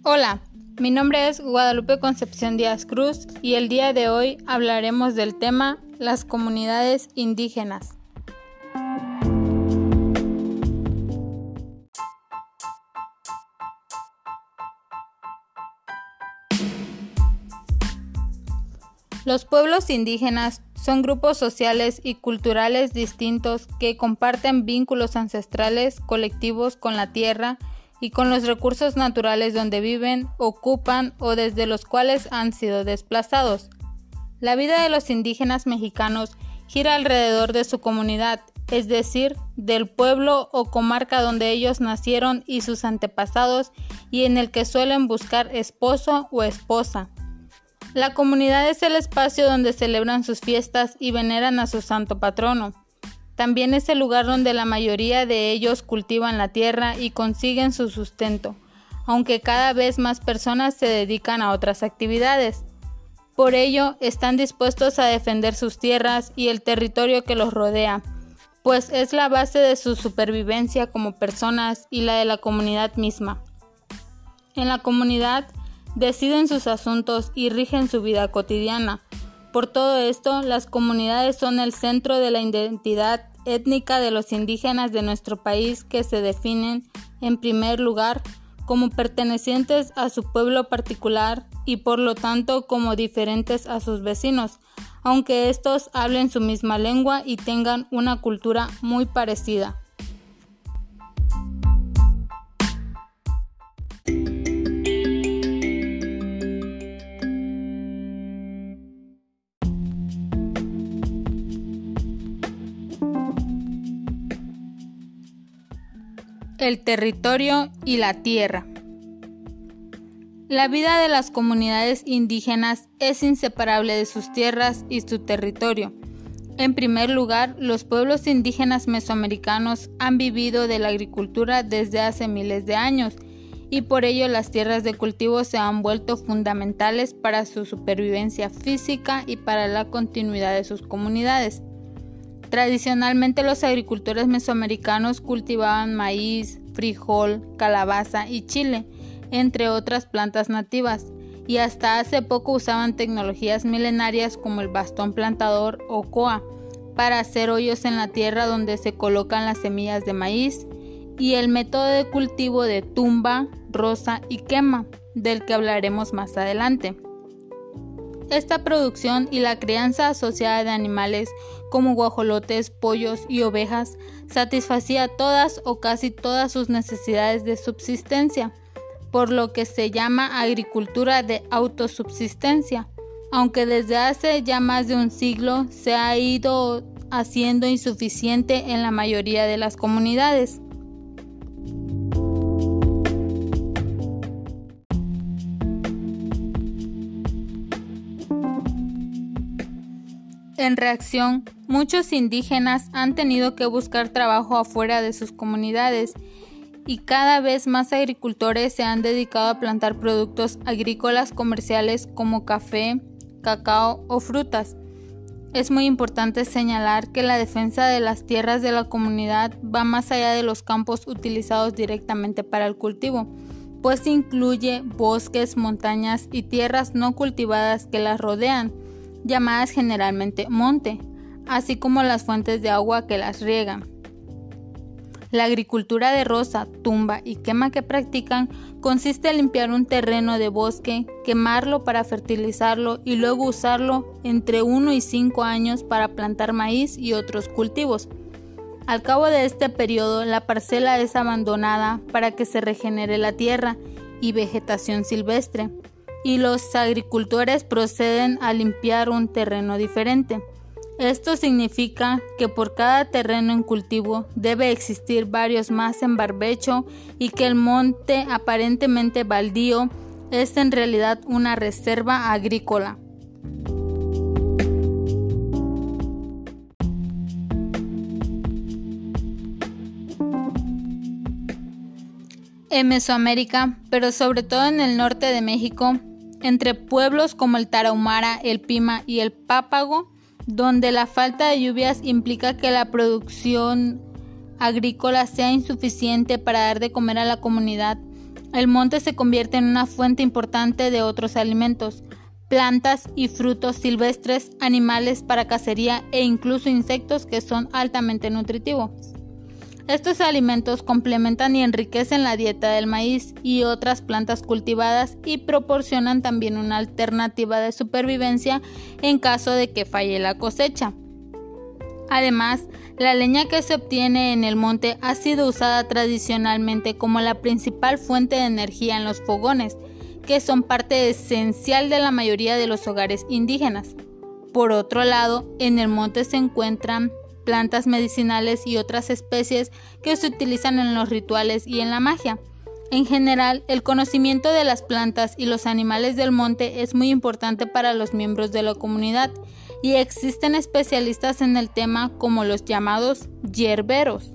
Hola, mi nombre es Guadalupe Concepción Díaz Cruz y el día de hoy hablaremos del tema las comunidades indígenas. Los pueblos indígenas son grupos sociales y culturales distintos que comparten vínculos ancestrales colectivos con la tierra y con los recursos naturales donde viven, ocupan o desde los cuales han sido desplazados. La vida de los indígenas mexicanos gira alrededor de su comunidad, es decir, del pueblo o comarca donde ellos nacieron y sus antepasados y en el que suelen buscar esposo o esposa. La comunidad es el espacio donde celebran sus fiestas y veneran a su santo patrono. También es el lugar donde la mayoría de ellos cultivan la tierra y consiguen su sustento, aunque cada vez más personas se dedican a otras actividades. Por ello, están dispuestos a defender sus tierras y el territorio que los rodea, pues es la base de su supervivencia como personas y la de la comunidad misma. En la comunidad, deciden sus asuntos y rigen su vida cotidiana. Por todo esto, las comunidades son el centro de la identidad étnica de los indígenas de nuestro país, que se definen, en primer lugar, como pertenecientes a su pueblo particular y por lo tanto como diferentes a sus vecinos, aunque estos hablen su misma lengua y tengan una cultura muy parecida. El territorio y la tierra. La vida de las comunidades indígenas es inseparable de sus tierras y su territorio. En primer lugar, los pueblos indígenas mesoamericanos han vivido de la agricultura desde hace miles de años y por ello las tierras de cultivo se han vuelto fundamentales para su supervivencia física y para la continuidad de sus comunidades. Tradicionalmente los agricultores mesoamericanos cultivaban maíz, frijol, calabaza y chile, entre otras plantas nativas, y hasta hace poco usaban tecnologías milenarias como el bastón plantador o coa para hacer hoyos en la tierra donde se colocan las semillas de maíz, y el método de cultivo de tumba, roza y quema, del que hablaremos más adelante. Esta producción y la crianza asociada de animales como guajolotes, pollos y ovejas satisfacía todas o casi todas sus necesidades de subsistencia, por lo que se llama agricultura de autosubsistencia, aunque desde hace ya más de un siglo se ha ido haciendo insuficiente en la mayoría de las comunidades. En reacción, muchos indígenas han tenido que buscar trabajo afuera de sus comunidades y cada vez más agricultores se han dedicado a plantar productos agrícolas comerciales como café, cacao o frutas. Es muy importante señalar que la defensa de las tierras de la comunidad va más allá de los campos utilizados directamente para el cultivo, pues incluye bosques, montañas y tierras no cultivadas que las rodean, llamadas generalmente monte, así como las fuentes de agua que las riegan. La agricultura de roza, tumba y quema que practican consiste en limpiar un terreno de bosque, quemarlo para fertilizarlo y luego usarlo entre 1 y 5 años para plantar maíz y otros cultivos. Al cabo de este periodo, la parcela es abandonada para que se regenere la tierra y vegetación silvestre, y los agricultores proceden a limpiar un terreno diferente. Esto significa que por cada terreno en cultivo debe existir varios más en barbecho y que el monte aparentemente baldío es en realidad una reserva agrícola. En Mesoamérica, pero sobre todo en el norte de México, entre pueblos como el Tarahumara, el Pima y el Pápago, donde la falta de lluvias implica que la producción agrícola sea insuficiente para dar de comer a la comunidad, El monte se convierte en una fuente importante de otros alimentos, plantas y frutos silvestres, animales para cacería e incluso insectos que son altamente nutritivos. Estos alimentos complementan y enriquecen la dieta del maíz y otras plantas cultivadas y proporcionan también una alternativa de supervivencia en caso de que falle la cosecha. Además, la leña que se obtiene en el monte ha sido usada tradicionalmente como la principal fuente de energía en los fogones, que son parte esencial de la mayoría de los hogares indígenas. Por otro lado, en el monte se encuentran plantas medicinales y otras especies que se utilizan en los rituales y en la magia. En general, el conocimiento de las plantas y los animales del monte es muy importante para los miembros de la comunidad y existen especialistas en el tema como los llamados hierberos.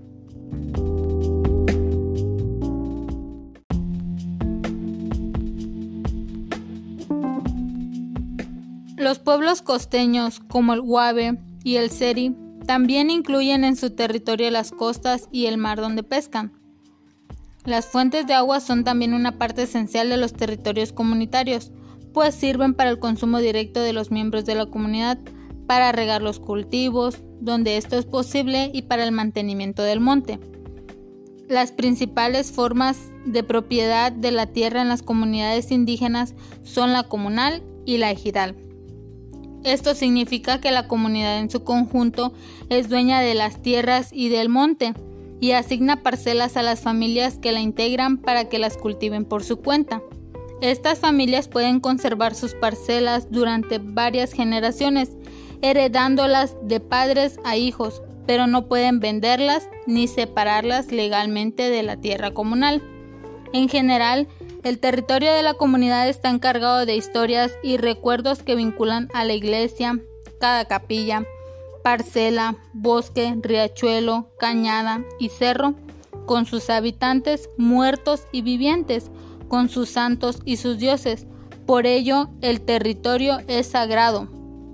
Los pueblos costeños como el Guave y el Seri también incluyen en su territorio las costas y el mar donde pescan. Las fuentes de agua son también una parte esencial de los territorios comunitarios, pues sirven para el consumo directo de los miembros de la comunidad, para regar los cultivos, donde esto es posible, y para el mantenimiento del monte. Las principales formas de propiedad de la tierra en las comunidades indígenas son la comunal y la ejidal. Esto significa que la comunidad en su conjunto es dueña de las tierras y del monte y asigna parcelas a las familias que la integran para que las cultiven por su cuenta. Estas familias pueden conservar sus parcelas durante varias generaciones, heredándolas de padres a hijos, pero no pueden venderlas ni separarlas legalmente de la tierra comunal. En general, el territorio de la comunidad está encargado de historias y recuerdos que vinculan a la iglesia, cada capilla, parcela, bosque, riachuelo, cañada y cerro, con sus habitantes muertos y vivientes, con sus santos y sus dioses. Por ello, el territorio es sagrado.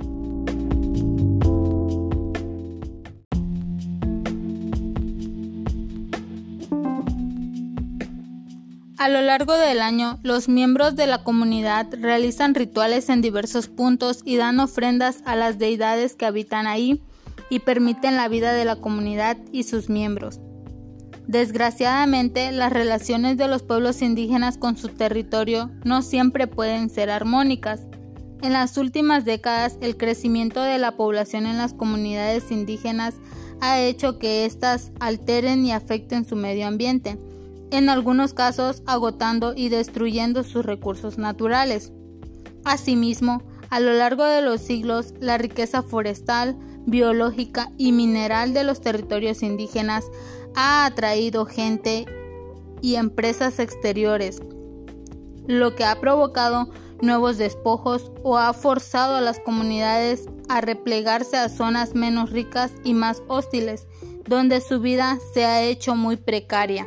A lo largo del año, los miembros de la comunidad realizan rituales en diversos puntos y dan ofrendas a las deidades que habitan ahí y permiten la vida de la comunidad y sus miembros. Desgraciadamente, las relaciones de los pueblos indígenas con su territorio no siempre pueden ser armónicas. En las últimas décadas, el crecimiento de la población en las comunidades indígenas ha hecho que éstas alteren y afecten su medio ambiente, en algunos casos agotando y destruyendo sus recursos naturales. Asimismo, a lo largo de los siglos, la riqueza forestal, biológica y mineral de los territorios indígenas ha atraído gente y empresas exteriores, lo que ha provocado nuevos despojos o ha forzado a las comunidades a replegarse a zonas menos ricas y más hostiles, donde su vida se ha hecho muy precaria.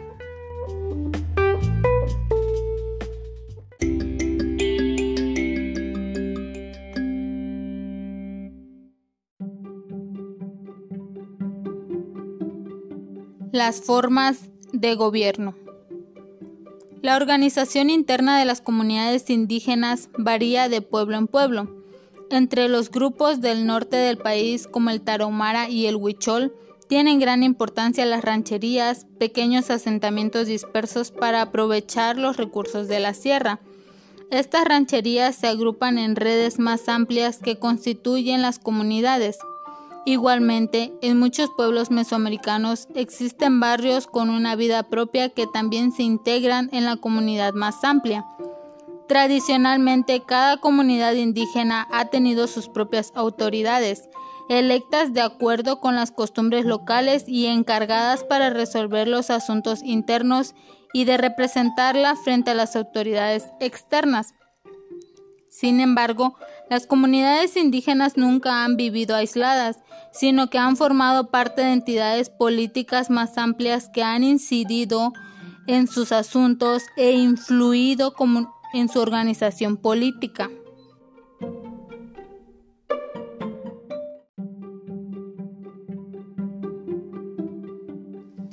Las formas de gobierno. La organización interna de las comunidades indígenas varía de pueblo en pueblo. Entre los grupos del norte del país, como el Tarahumara y el Huichol, tienen gran importancia las rancherías, pequeños asentamientos dispersos para aprovechar los recursos de la sierra. Estas rancherías se agrupan en redes más amplias que constituyen las comunidades. Igualmente, en muchos pueblos mesoamericanos existen barrios con una vida propia que también se integran en la comunidad más amplia. Tradicionalmente, cada comunidad indígena ha tenido sus propias autoridades, electas de acuerdo con las costumbres locales y encargadas para resolver los asuntos internos y de representarla frente a las autoridades externas. Sin embargo, las comunidades indígenas nunca han vivido aisladas, sino que han formado parte de entidades políticas más amplias que han incidido en sus asuntos e influido en su organización política.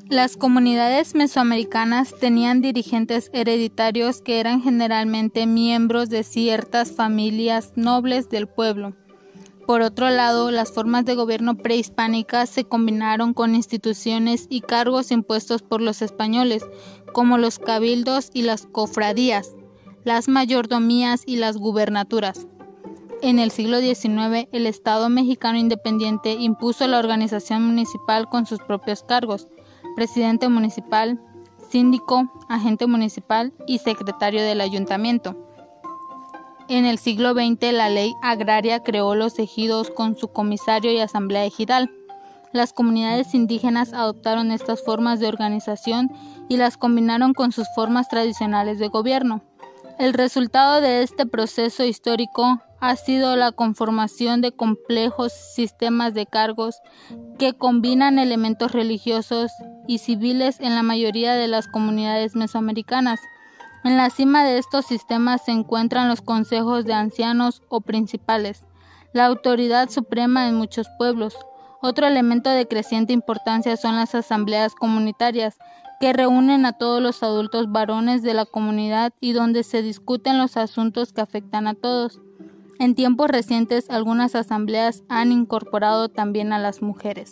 Las comunidades mesoamericanas tenían dirigentes hereditarios que eran generalmente miembros de ciertas familias nobles del pueblo. Por otro lado, las formas de gobierno prehispánicas se combinaron con instituciones y cargos impuestos por los españoles, como los cabildos y las cofradías, las mayordomías y las gubernaturas. En el siglo XIX, el Estado mexicano independiente impuso la organización municipal con sus propios cargos: presidente municipal, síndico, agente municipal y secretario del ayuntamiento. En el siglo XX, la ley agraria creó los ejidos con su comisario y asamblea ejidal. Las comunidades indígenas adoptaron estas formas de organización y las combinaron con sus formas tradicionales de gobierno. El resultado de este proceso histórico ha sido la conformación de complejos sistemas de cargos que combinan elementos religiosos y civiles en la mayoría de las comunidades mesoamericanas. En la cima de estos sistemas se encuentran los consejos de ancianos o principales, la autoridad suprema en muchos pueblos. Otro elemento de creciente importancia son las asambleas comunitarias, que reúnen a todos los adultos varones de la comunidad y donde se discuten los asuntos que afectan a todos. En tiempos recientes, algunas asambleas han incorporado también a las mujeres.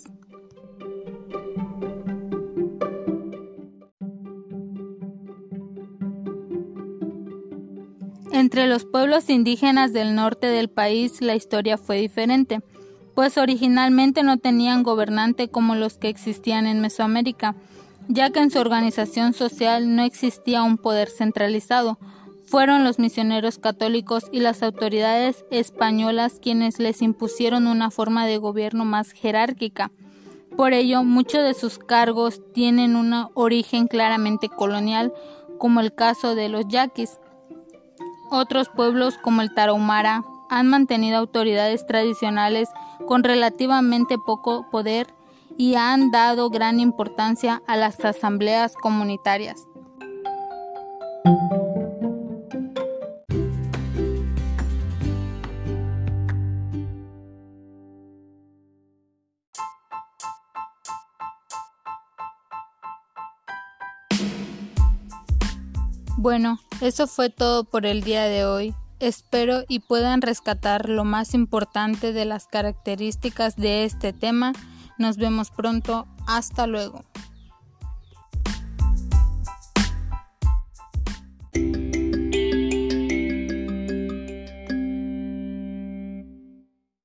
Entre los pueblos indígenas del norte del país la historia fue diferente, pues originalmente no tenían gobernante como los que existían en Mesoamérica, ya que en su organización social no existía un poder centralizado. Fueron los misioneros católicos y las autoridades españolas quienes les impusieron una forma de gobierno más jerárquica. Por ello, muchos de sus cargos tienen un origen claramente colonial, como el caso de los yaquis. Otros pueblos, como el Tarahumara, han mantenido autoridades tradicionales con relativamente poco poder y han dado gran importancia a las asambleas comunitarias. Bueno, eso fue todo por el día de hoy. Espero y puedan rescatar lo más importante de las características de este tema. Nos vemos pronto. Hasta luego.